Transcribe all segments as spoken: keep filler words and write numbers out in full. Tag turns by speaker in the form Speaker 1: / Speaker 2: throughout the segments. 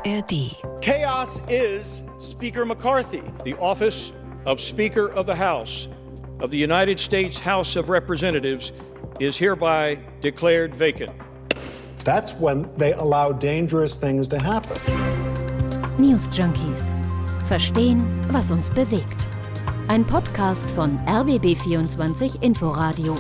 Speaker 1: A R D.
Speaker 2: Chaos is Speaker McCarthy.
Speaker 3: The office of Speaker of the House of the United States House of Representatives is hereby declared vacant.
Speaker 4: That's when they allow dangerous things to happen.
Speaker 1: News Junkies. Verstehen, was uns bewegt. Ein Podcast von R B B vierundzwanzig Inforadio.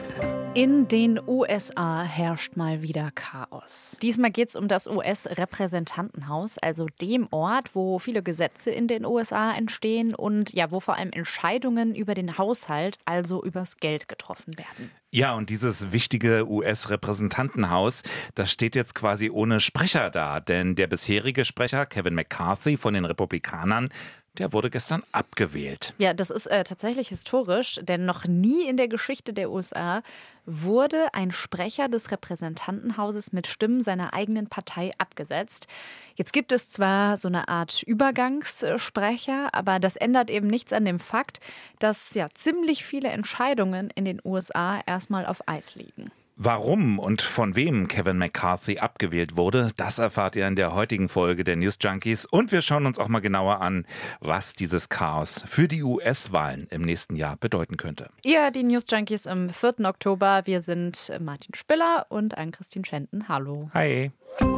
Speaker 5: In den U S A herrscht mal wieder Chaos. Diesmal geht es um das U S-Repräsentantenhaus, also dem Ort, wo viele Gesetze in den U S A entstehen und ja, wo vor allem Entscheidungen über den Haushalt, also übers Geld getroffen werden.
Speaker 6: Ja, und dieses wichtige U S-Repräsentantenhaus, das steht jetzt quasi ohne Sprecher da, denn der bisherige Sprecher, Kevin McCarthy von den Republikanern, der wurde gestern abgewählt.
Speaker 5: Ja, das ist äh, tatsächlich historisch, denn noch nie in der Geschichte der U S A wurde ein Sprecher des Repräsentantenhauses mit Stimmen seiner eigenen Partei abgesetzt. Jetzt gibt es zwar so eine Art Übergangssprecher, aber das ändert eben nichts an dem Fakt, dass ja ziemlich viele Entscheidungen in den U S A erstmal auf Eis liegen.
Speaker 6: Warum und von wem Kevin McCarthy abgewählt wurde, das erfahrt ihr in der heutigen Folge der News Junkies. Und wir schauen uns auch mal genauer an, was dieses Chaos für die U S-Wahlen im nächsten Jahr bedeuten könnte.
Speaker 5: Ihr, die News Junkies im vierten Oktober. Wir sind Martin Spiller und Ann-Christine Schenten. Hallo.
Speaker 6: Hi.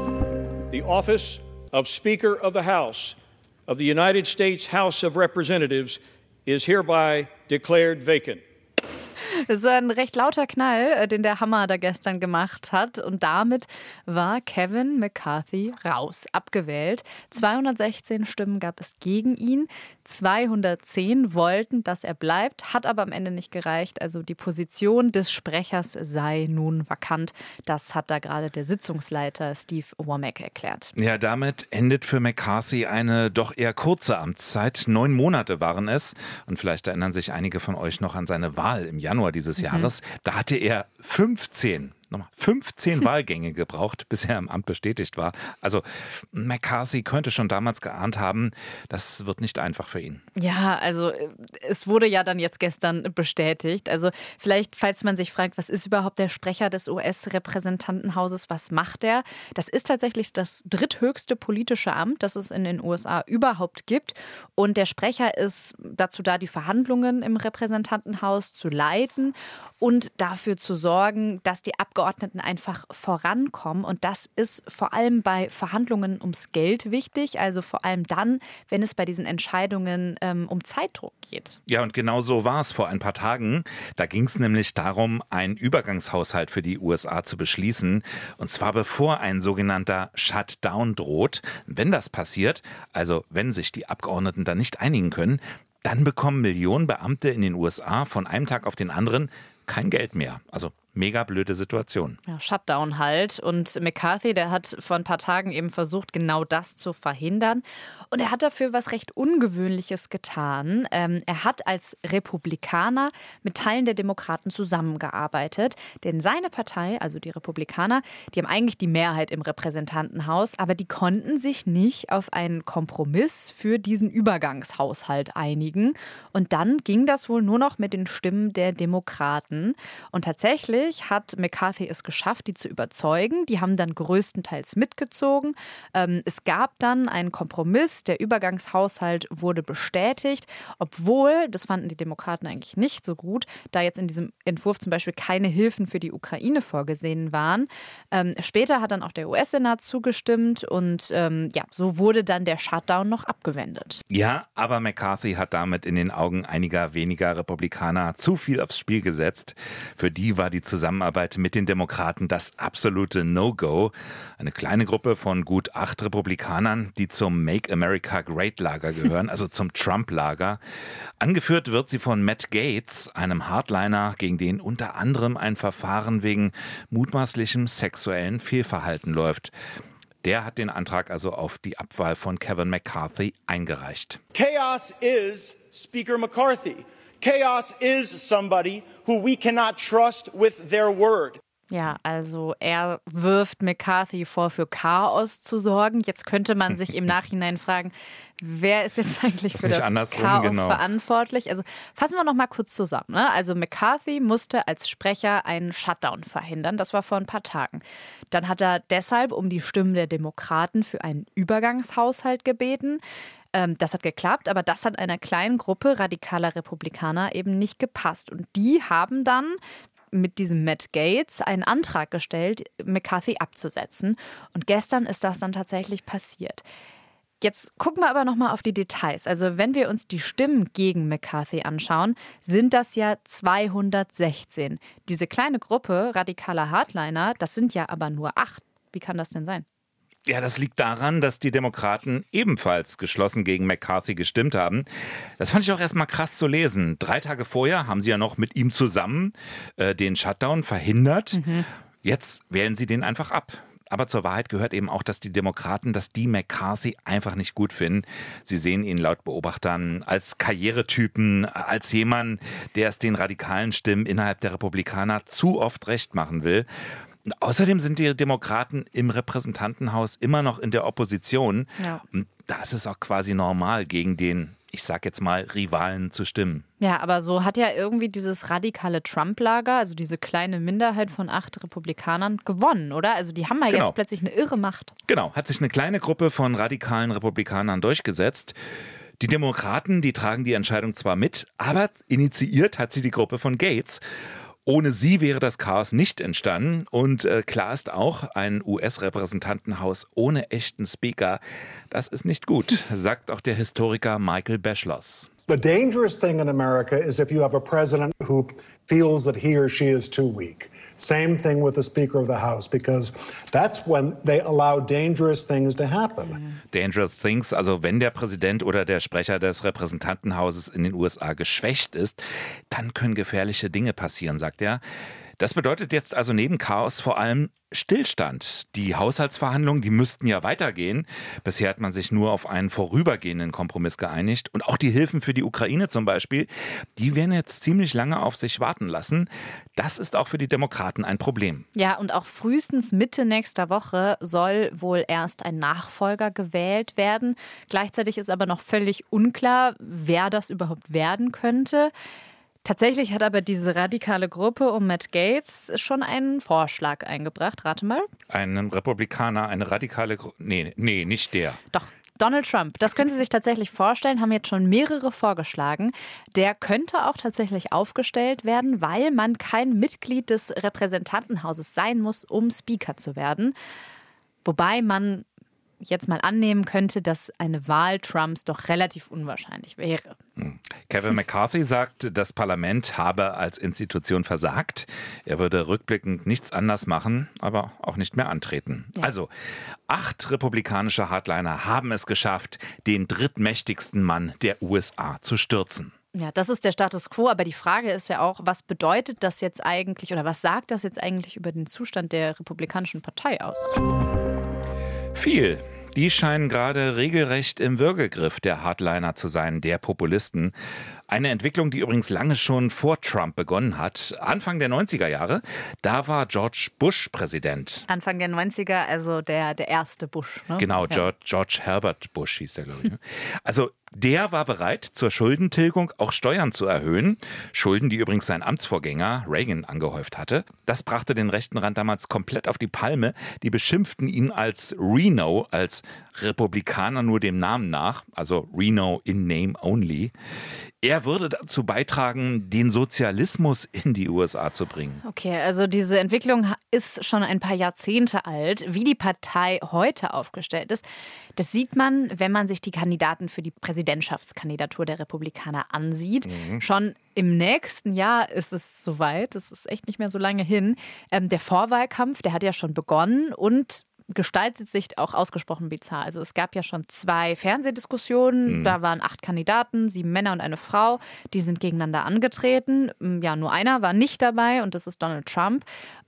Speaker 3: The office of Speaker of the House of the United States House of Representatives is hereby declared vacant.
Speaker 5: Das ist ein recht lauter Knall, den der Hammer da gestern gemacht hat. Und damit war Kevin McCarthy raus, abgewählt. zweihundertsechzehn Stimmen gab es gegen ihn. zweihundertzehn wollten, dass er bleibt, hat aber am Ende nicht gereicht. Also die Position des Sprechers sei nun vakant. Das hat da gerade der Sitzungsleiter Steve Womack erklärt.
Speaker 6: Ja, damit endet für McCarthy eine doch eher kurze Amtszeit. Neun Monate waren es. Und vielleicht erinnern sich einige von euch noch an seine Wahl im Januar dieses Jahres. Mhm. Da hatte er fünfzehn Nochmal fünfzehn Wahlgänge gebraucht, bis er im Amt bestätigt war. Also McCarthy könnte schon damals geahnt haben, das wird nicht einfach für ihn.
Speaker 5: Ja, also es wurde ja dann jetzt gestern bestätigt. Also vielleicht, falls man sich fragt, was ist überhaupt der Sprecher des U S-Repräsentantenhauses, was macht er? Das ist tatsächlich das dritthöchste politische Amt, das es in den U S A überhaupt gibt. Und der Sprecher ist dazu da, die Verhandlungen im Repräsentantenhaus zu leiten und dafür zu sorgen, dass die Abgeordneten einfach vorankommen. Und das ist vor allem bei Verhandlungen ums Geld wichtig, also vor allem dann, wenn es bei diesen Entscheidungen ähm, um Zeitdruck geht.
Speaker 6: Ja, und genau so war es vor ein paar Tagen. Da ging es nämlich darum, einen Übergangshaushalt für die U S A zu beschließen. Und zwar bevor ein sogenannter Shutdown droht. Wenn das passiert, also wenn sich die Abgeordneten da nicht einigen können, dann bekommen Millionen Beamte in den U S A von einem Tag auf den anderen kein Geld mehr. Also mega blöde Situation.
Speaker 5: Ja, Shutdown halt. Und McCarthy, der hat vor ein paar Tagen eben versucht, genau das zu verhindern. Und er hat dafür was recht Ungewöhnliches getan. Ähm, er hat als Republikaner mit Teilen der Demokraten zusammengearbeitet. Denn seine Partei, also die Republikaner, die haben eigentlich die Mehrheit im Repräsentantenhaus, aber die konnten sich nicht auf einen Kompromiss für diesen Übergangshaushalt einigen. Und dann ging das wohl nur noch mit den Stimmen der Demokraten. Und tatsächlich hat McCarthy es geschafft, die zu überzeugen. Die haben dann größtenteils mitgezogen. Ähm, es gab dann einen Kompromiss. Der Übergangshaushalt wurde bestätigt, obwohl, das fanden die Demokraten eigentlich nicht so gut, da jetzt in diesem Entwurf zum Beispiel keine Hilfen für die Ukraine vorgesehen waren. Ähm, später hat dann auch der U S-Senat zugestimmt und ähm, ja, so wurde dann der Shutdown noch abgewendet.
Speaker 6: Ja, aber McCarthy hat damit in den Augen einiger weniger Republikaner zu viel aufs Spiel gesetzt. Für die war die Zusammenarbeit mit den Demokraten das absolute No-Go. Eine kleine Gruppe von gut acht Republikanern, die zum Make America Great Lager gehören, also zum Trump-Lager. Angeführt wird sie von Matt Gaetz, einem Hardliner, gegen den unter anderem ein Verfahren wegen mutmaßlichem sexuellen Fehlverhalten läuft. Der hat den Antrag also auf die Abwahl von Kevin McCarthy eingereicht.
Speaker 2: Chaos is Speaker McCarthy. Chaos is somebody who we cannot trust with their word.
Speaker 5: Ja, also er wirft McCarthy vor, für Chaos zu sorgen. Jetzt könnte man sich im Nachhinein fragen, wer ist jetzt eigentlich für das Chaos genau. verantwortlich? Also fassen wir noch mal kurz zusammen. Ne? Also McCarthy musste als Sprecher einen Shutdown verhindern. Das war vor ein paar Tagen. Dann hat er deshalb um die Stimmen der Demokraten für einen Übergangshaushalt gebeten. Das hat geklappt, aber das hat einer kleinen Gruppe radikaler Republikaner eben nicht gepasst. Und die haben dann mit diesem Matt Gaetz einen Antrag gestellt, McCarthy abzusetzen. Und gestern ist das dann tatsächlich passiert. Jetzt gucken wir aber noch mal auf die Details. Also wenn wir uns die Stimmen gegen McCarthy anschauen, sind das ja zweihundertsechzehn. Diese kleine Gruppe radikaler Hardliner, das sind ja aber nur acht. Wie kann das denn sein?
Speaker 6: Ja, das liegt daran, dass die Demokraten ebenfalls geschlossen gegen McCarthy gestimmt haben. Das fand ich auch erstmal krass zu lesen. Drei Tage vorher haben sie ja noch mit ihm zusammen äh, den Shutdown verhindert. Mhm. Jetzt wählen sie den einfach ab. Aber zur Wahrheit gehört eben auch, dass die Demokraten, dass die McCarthy einfach nicht gut finden. Sie sehen ihn laut Beobachtern als Karrieretypen, als jemanden, der es den radikalen Stimmen innerhalb der Republikaner zu oft recht machen will. Außerdem sind die Demokraten im Repräsentantenhaus immer noch in der Opposition. Ja. Und da ist es auch quasi normal, gegen den, ich sag jetzt mal, Rivalen zu stimmen.
Speaker 5: Ja, aber so hat ja irgendwie dieses radikale Trump-Lager, also diese kleine Minderheit von acht Republikanern, gewonnen, oder? Also die haben ja genau. jetzt plötzlich eine irre Macht.
Speaker 6: Genau, hat sich eine kleine Gruppe von radikalen Republikanern durchgesetzt. Die Demokraten, die tragen die Entscheidung zwar mit, aber initiiert hat sie die Gruppe von Gaetz. Ohne sie wäre das Chaos nicht entstanden. Und äh, klar ist auch, ein U S-Repräsentantenhaus ohne echten Speaker, das ist nicht gut, sagt auch der Historiker Michael Beschloss.
Speaker 4: The dangerous thing in America is if you have a president who feels that he or she is too weak. Same thing with the Speaker of the House, because that's when they allow dangerous things to happen.
Speaker 6: Dangerous things, also wenn der Präsident oder der Sprecher des Repräsentantenhauses in den U S A geschwächt ist, dann können gefährliche Dinge passieren, sagt er. Das bedeutet jetzt also neben Chaos vor allem Stillstand. Die Haushaltsverhandlungen, die müssten ja weitergehen. Bisher hat man sich nur auf einen vorübergehenden Kompromiss geeinigt. Und auch die Hilfen für die Ukraine zum Beispiel, die werden jetzt ziemlich lange auf sich warten lassen. Das ist auch für die Demokraten ein Problem.
Speaker 5: Ja, und auch frühestens Mitte nächster Woche soll wohl erst ein Nachfolger gewählt werden. Gleichzeitig ist aber noch völlig unklar, wer das überhaupt werden könnte. Tatsächlich hat aber diese radikale Gruppe um Matt Gaetz schon einen Vorschlag eingebracht. Rate mal.
Speaker 6: Ein Republikaner, eine radikale Gruppe. Nee, nee, nicht der.
Speaker 5: Doch. Donald Trump, das können Sie sich tatsächlich vorstellen, haben jetzt schon mehrere vorgeschlagen. Der könnte auch tatsächlich aufgestellt werden, weil man kein Mitglied des Repräsentantenhauses sein muss, um Speaker zu werden. Wobei man jetzt mal annehmen könnte, dass eine Wahl Trumps doch relativ unwahrscheinlich wäre.
Speaker 6: Kevin McCarthy sagt, das Parlament habe als Institution versagt. Er würde rückblickend nichts anders machen, aber auch nicht mehr antreten. Ja. Also, acht republikanische Hardliner haben es geschafft, den drittmächtigsten Mann der U S A zu stürzen.
Speaker 5: Ja, das ist der Status quo, aber die Frage ist ja auch, was bedeutet das jetzt eigentlich oder was sagt das jetzt eigentlich über den Zustand der Republikanischen Partei aus?
Speaker 6: Viel. Die scheinen gerade regelrecht im Würgegriff der Hardliner zu sein, der Populisten. Eine Entwicklung, die übrigens lange schon vor Trump begonnen hat. Anfang der neunziger Jahre, da war George Bush Präsident.
Speaker 5: Anfang der neunziger, also der, der erste Bush. Ne?
Speaker 6: Genau, George, George Herbert Bush hieß der, glaube ich. Also der war bereit, zur Schuldentilgung auch Steuern zu erhöhen. Schulden, die übrigens sein Amtsvorgänger Reagan angehäuft hatte. Das brachte den rechten Rand damals komplett auf die Palme. Die beschimpften ihn als Reno, als Republikaner nur dem Namen nach. Also Reno in name only. Er würde dazu beitragen, den Sozialismus in die U S A zu bringen.
Speaker 5: Okay, also diese Entwicklung ist schon ein paar Jahrzehnte alt. Wie die Partei heute aufgestellt ist, das sieht man, wenn man sich die Kandidaten für die Präsidentschaftskandidatur der Republikaner ansieht. Mhm. Schon im nächsten Jahr ist es soweit, das ist echt nicht mehr so lange hin. Ähm, der Vorwahlkampf, der hat ja schon begonnen und gestaltet sich auch ausgesprochen bizarr. Also es gab ja schon zwei Fernsehdiskussionen, mhm. da waren acht Kandidaten, sieben Männer und eine Frau, die sind gegeneinander angetreten. Ja, nur einer war nicht dabei und das ist Donald Trump.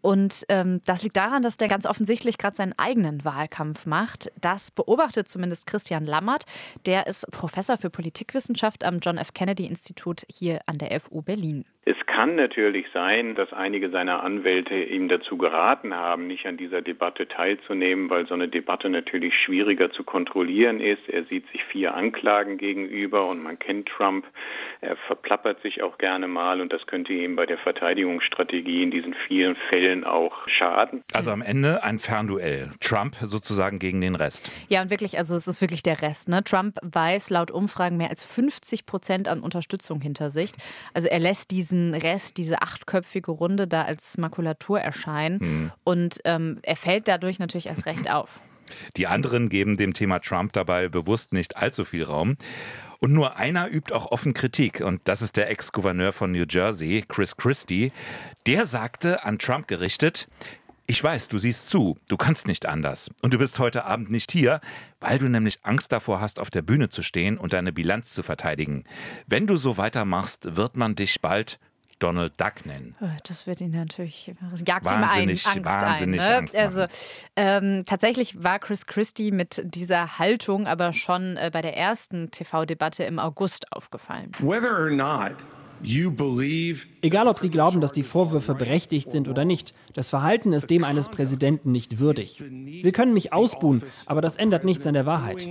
Speaker 5: Und ähm, das liegt daran, dass der ganz offensichtlich gerade seinen eigenen Wahlkampf macht. Das beobachtet zumindest Christian Lammert. Der ist Professor für Politikwissenschaft am John F. Kennedy Institut hier an der F U Berlin.
Speaker 7: Es kann natürlich sein, dass einige seiner Anwälte ihm dazu geraten haben, nicht an dieser Debatte teilzunehmen, weil so eine Debatte natürlich schwieriger zu kontrollieren ist. Er sieht sich vier Anklagen gegenüber und man kennt Trump. Er verplappert sich auch gerne mal und das könnte ihm bei der Verteidigungsstrategie in diesen vielen Fällen auch schaden.
Speaker 6: Also am Ende ein Fernduell. Trump sozusagen gegen den Rest.
Speaker 5: Ja, und wirklich, also es ist wirklich der Rest. Ne? Trump weiß laut Umfragen mehr als fünfzig Prozent an Unterstützung hinter sich. Also er lässt diesen Rest, diese achtköpfige Runde da als Makulatur erscheinen. Hm. Und ähm, er fällt dadurch natürlich erst recht auf.
Speaker 6: Die anderen geben dem Thema Trump dabei bewusst nicht allzu viel Raum. Und nur einer übt auch offen Kritik. Und das ist der Ex-Gouverneur von New Jersey, Chris Christie. Der sagte an Trump gerichtet: Ich weiß, du siehst zu, du kannst nicht anders. Und du bist heute Abend nicht hier, weil du nämlich Angst davor hast, auf der Bühne zu stehen und deine Bilanz zu verteidigen. Wenn du so weitermachst, wird man dich bald Donald Duck nennen.
Speaker 5: Das wird ihn natürlich, das jagt
Speaker 6: wahnsinnig,
Speaker 5: ihm ein, Angst
Speaker 6: wahnsinnig
Speaker 5: ein. Ne?
Speaker 6: Angst
Speaker 5: also ähm, tatsächlich war Chris Christie mit dieser Haltung aber schon äh, bei der ersten T V-Debatte im August aufgefallen.
Speaker 8: Whether or not
Speaker 9: Egal, ob Sie glauben, dass die Vorwürfe berechtigt sind oder nicht, das Verhalten ist dem eines Präsidenten nicht würdig. Sie können mich ausbuhen, aber das ändert nichts an der Wahrheit.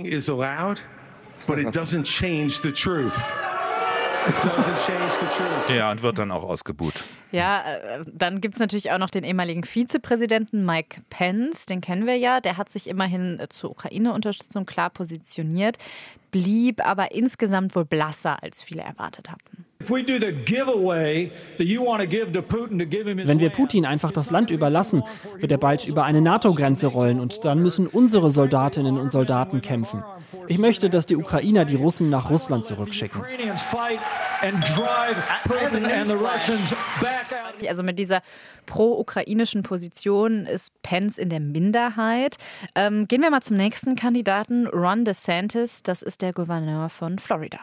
Speaker 6: Ja, und wird dann auch ausgebuht.
Speaker 5: Ja, dann gibt es natürlich auch noch den ehemaligen Vizepräsidenten Mike Pence, den kennen wir ja. Der hat sich immerhin zur Ukraine-Unterstützung klar positioniert, blieb aber insgesamt wohl blasser, als viele erwartet hatten.
Speaker 9: Wenn wir Putin einfach das Land überlassen, wird er bald über eine NATO-Grenze rollen und dann müssen unsere Soldatinnen und Soldaten kämpfen. Ich möchte, dass die Ukrainer die Russen nach Russland zurückschicken.
Speaker 5: Also mit dieser pro-ukrainischen Position ist Pence in der Minderheit. Ähm, gehen wir mal zum nächsten Kandidaten, Ron DeSantis. Das ist der Gouverneur von Florida.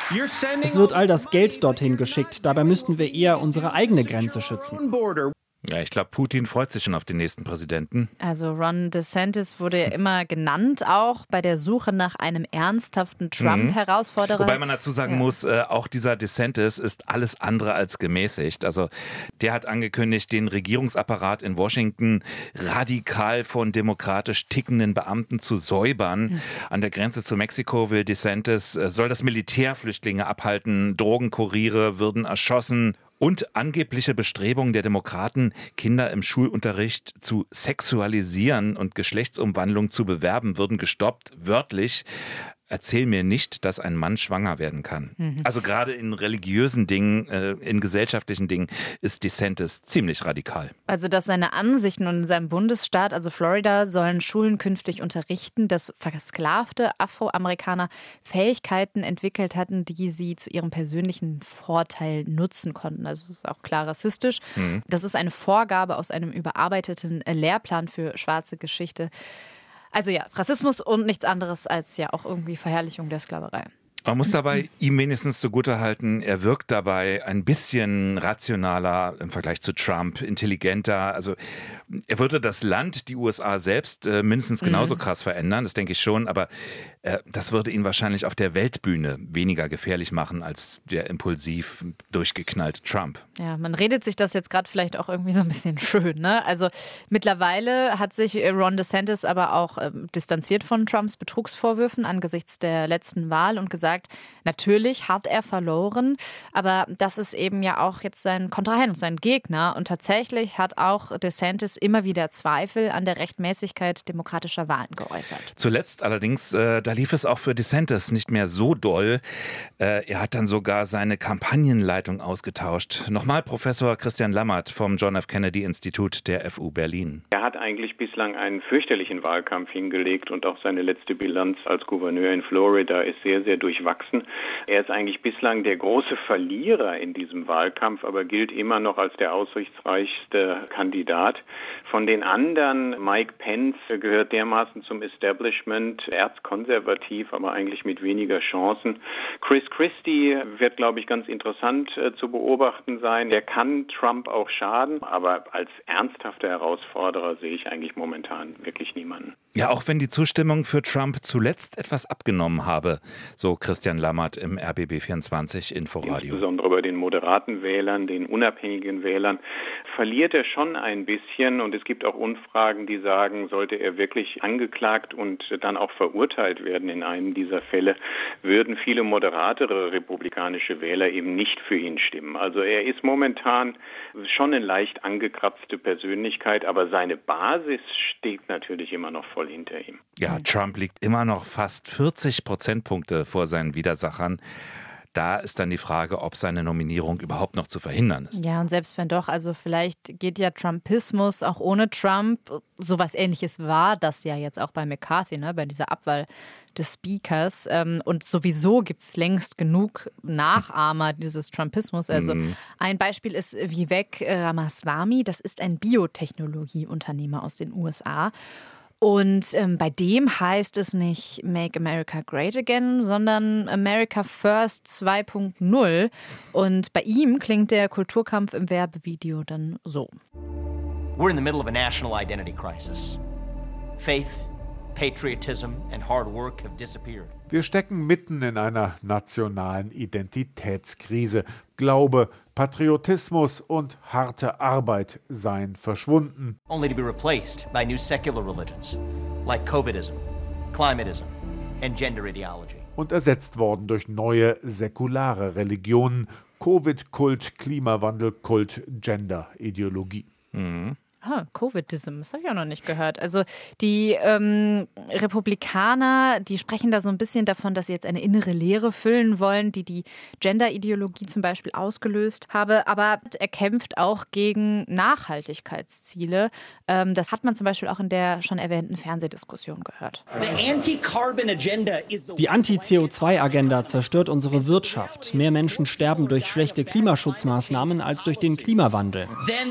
Speaker 9: Es wird all das Geld dorthin geschickt. Dabei müssten wir eher unsere eigene Grenze schützen.
Speaker 6: Ja, ich glaube, Putin freut sich schon auf den nächsten Präsidenten.
Speaker 5: Also Ron DeSantis wurde ja immer genannt, auch bei der Suche nach einem ernsthaften Trump-Herausforderer.
Speaker 6: Wobei man dazu sagen
Speaker 5: ja.
Speaker 6: muss, äh, auch dieser DeSantis ist alles andere als gemäßigt. Also der hat angekündigt, den Regierungsapparat in Washington radikal von demokratisch tickenden Beamten zu säubern. Mhm. An der Grenze zu Mexiko will DeSantis, äh, soll das Militär Flüchtlinge abhalten, Drogenkuriere würden erschossen. Und angebliche Bestrebungen der Demokraten, Kinder im Schulunterricht zu sexualisieren und Geschlechtsumwandlung zu bewerben, würden gestoppt, wörtlich. Erzähl mir nicht, dass ein Mann schwanger werden kann. Mhm. Also gerade in religiösen Dingen, äh, in gesellschaftlichen Dingen ist DeSantis ziemlich radikal.
Speaker 5: Also dass seine Ansichten und in seinem Bundesstaat, also Florida, sollen Schulen künftig unterrichten, dass versklavte Afroamerikaner Fähigkeiten entwickelt hatten, die sie zu ihrem persönlichen Vorteil nutzen konnten. Also das ist auch klar rassistisch. Mhm. Das ist eine Vorgabe aus einem überarbeiteten Lehrplan für schwarze Geschichte. Also ja, Rassismus und nichts anderes als ja auch irgendwie Verherrlichung der Sklaverei.
Speaker 6: Man muss dabei ihm wenigstens zugutehalten, er wirkt dabei ein bisschen rationaler im Vergleich zu Trump, intelligenter. Also er würde das Land, die U S A selbst, äh, mindestens genauso mhm. krass verändern, das denke ich schon. Aber äh, das würde ihn wahrscheinlich auf der Weltbühne weniger gefährlich machen als der impulsiv durchgeknallte Trump.
Speaker 5: Ja, man redet sich das jetzt gerade vielleicht auch irgendwie so ein bisschen schön, ne? Also mittlerweile hat sich Ron DeSantis aber auch äh, distanziert von Trumps Betrugsvorwürfen angesichts der letzten Wahl und gesagt, natürlich hat er verloren, aber das ist eben ja auch jetzt sein Kontrahent, sein Gegner. Und tatsächlich hat auch DeSantis immer wieder Zweifel an der Rechtmäßigkeit demokratischer Wahlen geäußert.
Speaker 6: Zuletzt allerdings, äh, da lief es auch für DeSantis nicht mehr so doll. Äh, er hat dann sogar seine Kampagnenleitung ausgetauscht. Nochmal Professor Christian Lammert vom John F. Kennedy Institut der F U Berlin.
Speaker 7: Er hat eigentlich bislang einen fürchterlichen Wahlkampf hingelegt und auch seine letzte Bilanz als Gouverneur in Florida ist sehr, sehr durchwachsen. Er ist eigentlich bislang der große Verlierer in diesem Wahlkampf, aber gilt immer noch als der aussichtsreichste Kandidat. Von den anderen, Mike Pence gehört dermaßen zum Establishment, erzkonservativ konservativ, aber eigentlich mit weniger Chancen. Chris Christie wird, glaube ich, ganz interessant äh, zu beobachten sein. Der kann Trump auch schaden, aber als ernsthafter Herausforderer sehe ich eigentlich momentan wirklich niemanden.
Speaker 6: Ja, auch wenn die Zustimmung für Trump zuletzt etwas abgenommen habe, so Christian Lammert im R B B vierundzwanzig Inforadio.
Speaker 7: Insbesondere bei den moderaten Wählern, den unabhängigen Wählern, verliert er schon ein bisschen. Und es gibt auch Umfragen, die sagen, sollte er wirklich angeklagt und dann auch verurteilt werden in einem dieser Fälle, würden viele moderatere republikanische Wähler eben nicht für ihn stimmen. Also er ist momentan schon eine leicht angekratzte Persönlichkeit, aber seine Basis steht natürlich immer noch voll hinter ihm.
Speaker 6: Ja, Trump liegt immer noch fast vierzig Prozentpunkte vor seinen Widersachern. Da ist dann die Frage, ob seine Nominierung überhaupt noch zu verhindern ist.
Speaker 5: Ja, und selbst wenn doch, also vielleicht geht ja Trumpismus auch ohne Trump. Sowas Ähnliches war das ja jetzt auch bei McCarthy, ne, bei dieser Abwahl des Speakers. Und sowieso gibt es längst genug Nachahmer dieses Trumpismus. Also mm. ein Beispiel ist Vivek Ramaswamy. Das ist ein Biotechnologieunternehmer aus den U S A. Und ähm, bei dem heißt es nicht Make America Great Again, sondern America First zwei Punkt null. Und bei ihm klingt der Kulturkampf im Werbevideo dann so.
Speaker 8: We're in the middle of a national identity crisis. Faith, patriotism and hard work have disappeared.
Speaker 10: Wir stecken mitten in einer nationalen Identitätskrise. Glaube, Patriotismus und harte Arbeit seien verschwunden.
Speaker 8: Only to be replaced by new secular religions, like Covidism, climatism and gender ideology.
Speaker 10: Und ersetzt worden durch neue säkulare Religionen, Covid-Kult, Klimawandelkult, Gender-Ideologie.
Speaker 6: Mhm.
Speaker 5: Ah, Covidism, das habe ich auch noch nicht gehört. Also die ähm, Republikaner, die sprechen da so ein bisschen davon, dass sie jetzt eine innere Leere füllen wollen, die die Gender-Ideologie zum Beispiel ausgelöst habe. Aber er kämpft auch gegen Nachhaltigkeitsziele. Ähm, das hat man zum Beispiel auch in der schon erwähnten Fernsehdiskussion gehört.
Speaker 9: Die Anti-C O zwei Agenda zerstört unsere Wirtschaft. Mehr Menschen sterben durch schlechte Klimaschutzmaßnahmen als durch den Klimawandel.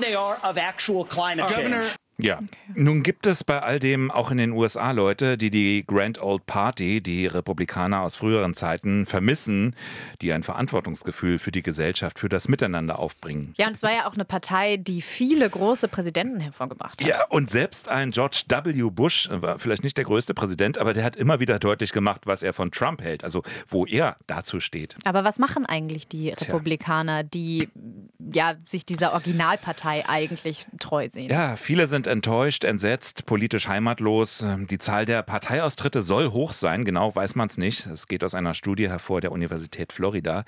Speaker 6: Ja, nun gibt es bei all dem auch in den U S A Leute, die die Grand Old Party, die Republikaner aus früheren Zeiten, vermissen, die ein Verantwortungsgefühl für die Gesellschaft, für das Miteinander aufbringen.
Speaker 5: Ja, und es war ja auch eine Partei, die viele große Präsidenten hervorgebracht hat.
Speaker 6: Ja, und selbst ein George W. Bush war vielleicht nicht der größte Präsident, aber der hat immer wieder deutlich gemacht, was er von Trump hält, also wo er dazu steht.
Speaker 5: Aber was machen eigentlich die Republikaner, die ja, sich dieser Originalpartei eigentlich treu sehen?
Speaker 6: Ja, viele sind enttäuscht, entsetzt, politisch heimatlos. Die Zahl der Parteiaustritte soll hoch sein, genau weiß man es nicht. Es geht aus einer Studie hervor der Universität Florida.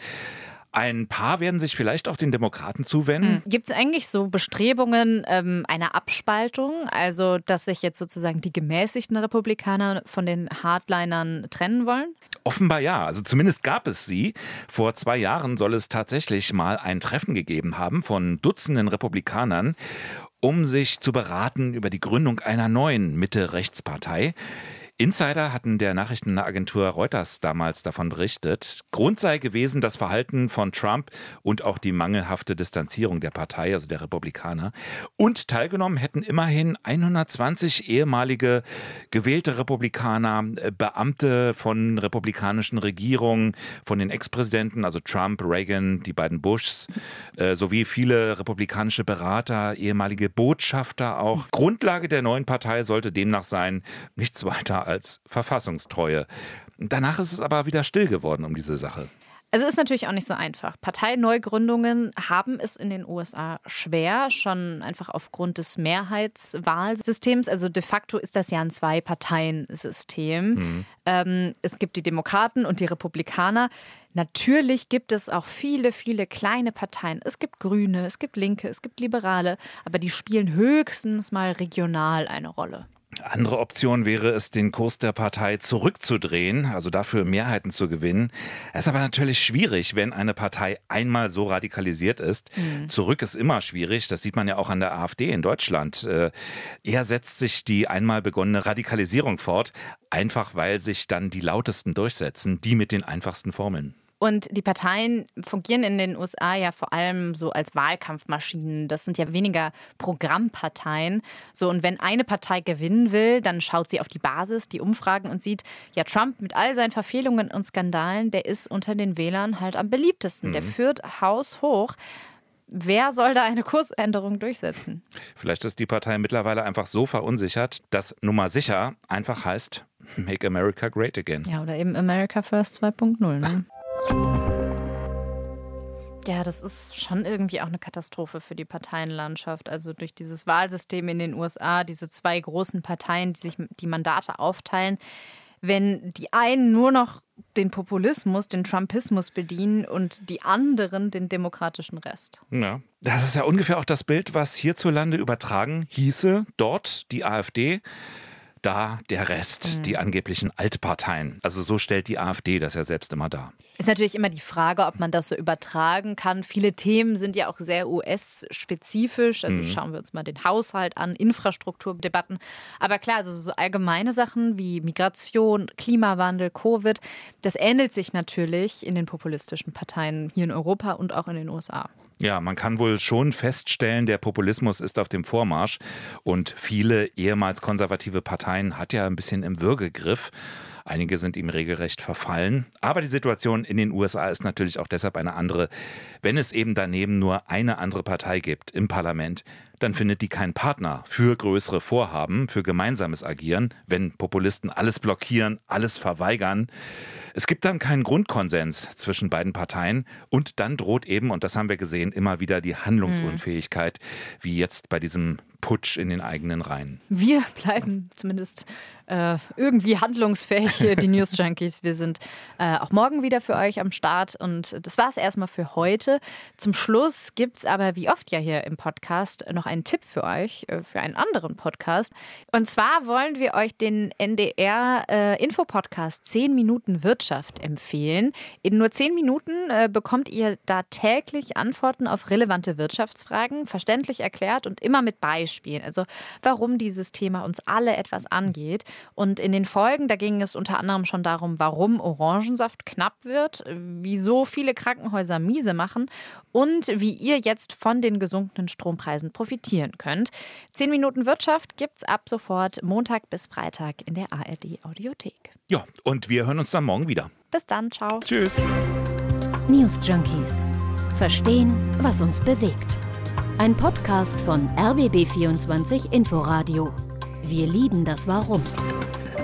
Speaker 6: Ein paar werden sich vielleicht auch den Demokraten zuwenden.
Speaker 5: Gibt es eigentlich so Bestrebungen ähm, einer Abspaltung, also dass sich jetzt sozusagen die gemäßigten Republikaner von den Hardlinern trennen wollen?
Speaker 6: Offenbar ja, also zumindest gab es sie. Vor zwei Jahren soll es tatsächlich mal ein Treffen gegeben haben von Dutzenden Republikanern, um sich zu beraten über die Gründung einer neuen Mitte-Rechts-Partei. Insider hatten der Nachrichtenagentur Reuters damals davon berichtet. Grund sei gewesen das Verhalten von Trump und auch die mangelhafte Distanzierung der Partei, also der Republikaner. Und teilgenommen hätten immerhin hundertzwanzig ehemalige gewählte Republikaner, Beamte von republikanischen Regierungen, von den Ex-Präsidenten, also Trump, Reagan, die beiden Bushs, äh, sowie viele republikanische Berater, ehemalige Botschafter auch. Grundlage der neuen Partei sollte demnach sein, nichts weiter als Verfassungstreue. Danach ist es aber wieder still geworden um diese Sache.
Speaker 5: Also ist natürlich auch nicht so einfach. Parteineugründungen haben es in den U S A schwer, schon einfach aufgrund des Mehrheitswahlsystems. Also de facto ist das ja ein Zwei-Parteien-System. Mhm. Ähm, es gibt die Demokraten und die Republikaner. Natürlich gibt es auch viele, viele kleine Parteien. Es gibt Grüne, es gibt Linke, es gibt Liberale, aber die spielen höchstens mal regional eine Rolle.
Speaker 6: Andere Option wäre es, den Kurs der Partei zurückzudrehen, also dafür Mehrheiten zu gewinnen. Es ist aber natürlich schwierig, wenn eine Partei einmal so radikalisiert ist. Mhm. Zurück ist immer schwierig, das sieht man ja auch an der AfD in Deutschland. Eher setzt sich die einmal begonnene Radikalisierung fort, einfach weil sich dann die Lautesten durchsetzen, die mit den einfachsten Formeln.
Speaker 5: Und die Parteien fungieren in den U S A ja vor allem so als Wahlkampfmaschinen. Das sind ja weniger Programmparteien. So, und wenn eine Partei gewinnen will, dann schaut sie auf die Basis, die Umfragen und sieht, ja, Trump mit all seinen Verfehlungen und Skandalen, der ist unter den Wählern halt am beliebtesten. Mhm. Der führt haushoch. Wer soll da eine Kursänderung durchsetzen?
Speaker 6: Vielleicht ist die Partei mittlerweile einfach so verunsichert, dass Nummer sicher einfach heißt Make America Great Again.
Speaker 5: Ja, oder eben America First zwei Punkt null. Ne? Ja, das ist schon irgendwie auch eine Katastrophe für die Parteienlandschaft. Also durch dieses Wahlsystem in den U S A, diese zwei großen Parteien, die sich die Mandate aufteilen, wenn die einen nur noch den Populismus, den Trumpismus bedienen und die anderen den demokratischen Rest.
Speaker 6: Ja, das ist ja ungefähr auch das Bild, was hierzulande übertragen hieße. Dort die AfD, da der Rest, mhm. die angeblichen Altparteien. Also so stellt die AfD das ja selbst immer dar.
Speaker 5: Ist natürlich immer die Frage, ob man das so übertragen kann. Viele Themen sind ja auch sehr U S-spezifisch. Also mhm. schauen wir uns mal den Haushalt an, Infrastrukturdebatten. Aber klar, also so allgemeine Sachen wie Migration, Klimawandel, Covid, das ähnelt sich natürlich in den populistischen Parteien hier in Europa und auch in den U S A.
Speaker 6: Ja, man kann wohl schon feststellen, der Populismus ist auf dem Vormarsch und viele ehemals konservative Parteien hat ja ein bisschen im Würgegriff. Einige sind ihm regelrecht verfallen. Aber die Situation in den U S A ist natürlich auch deshalb eine andere. Wenn es eben daneben nur eine andere Partei gibt im Parlament, dann findet die keinen Partner für größere Vorhaben, für gemeinsames Agieren, wenn Populisten alles blockieren, alles verweigern. Es gibt dann keinen Grundkonsens zwischen beiden Parteien und dann droht eben, und das haben wir gesehen, immer wieder die Handlungsunfähigkeit, wie jetzt bei diesem Putsch in den eigenen Reihen.
Speaker 5: Wir bleiben zumindest äh, irgendwie handlungsfähig, die News Junkies. Wir sind äh, auch morgen wieder für euch am Start und das war es erstmal für heute. Zum Schluss gibt es aber wie oft ja hier im Podcast noch einen Tipp für euch, äh, für einen anderen Podcast. Und zwar wollen wir euch den N D R-Infopodcast äh, zehn Minuten Wirtschaft empfehlen. In nur zehn Minuten äh, bekommt ihr da täglich Antworten auf relevante Wirtschaftsfragen, verständlich erklärt und immer mit Beispielen. Also warum dieses Thema uns alle etwas angeht. Und in den Folgen, da ging es unter anderem schon darum, warum Orangensaft knapp wird, wieso viele Krankenhäuser miese machen und wie ihr jetzt von den gesunkenen Strompreisen profitieren könnt. zehn Minuten Wirtschaft gibt's ab sofort Montag bis Freitag in der A R D-Audiothek.
Speaker 6: Ja, und wir hören uns dann morgen wieder.
Speaker 5: Bis dann, ciao.
Speaker 6: Tschüss.
Speaker 1: News Junkies. Verstehen, was uns bewegt. Ein Podcast von R B B vierundzwanzig Inforadio. Wir lieben das Warum.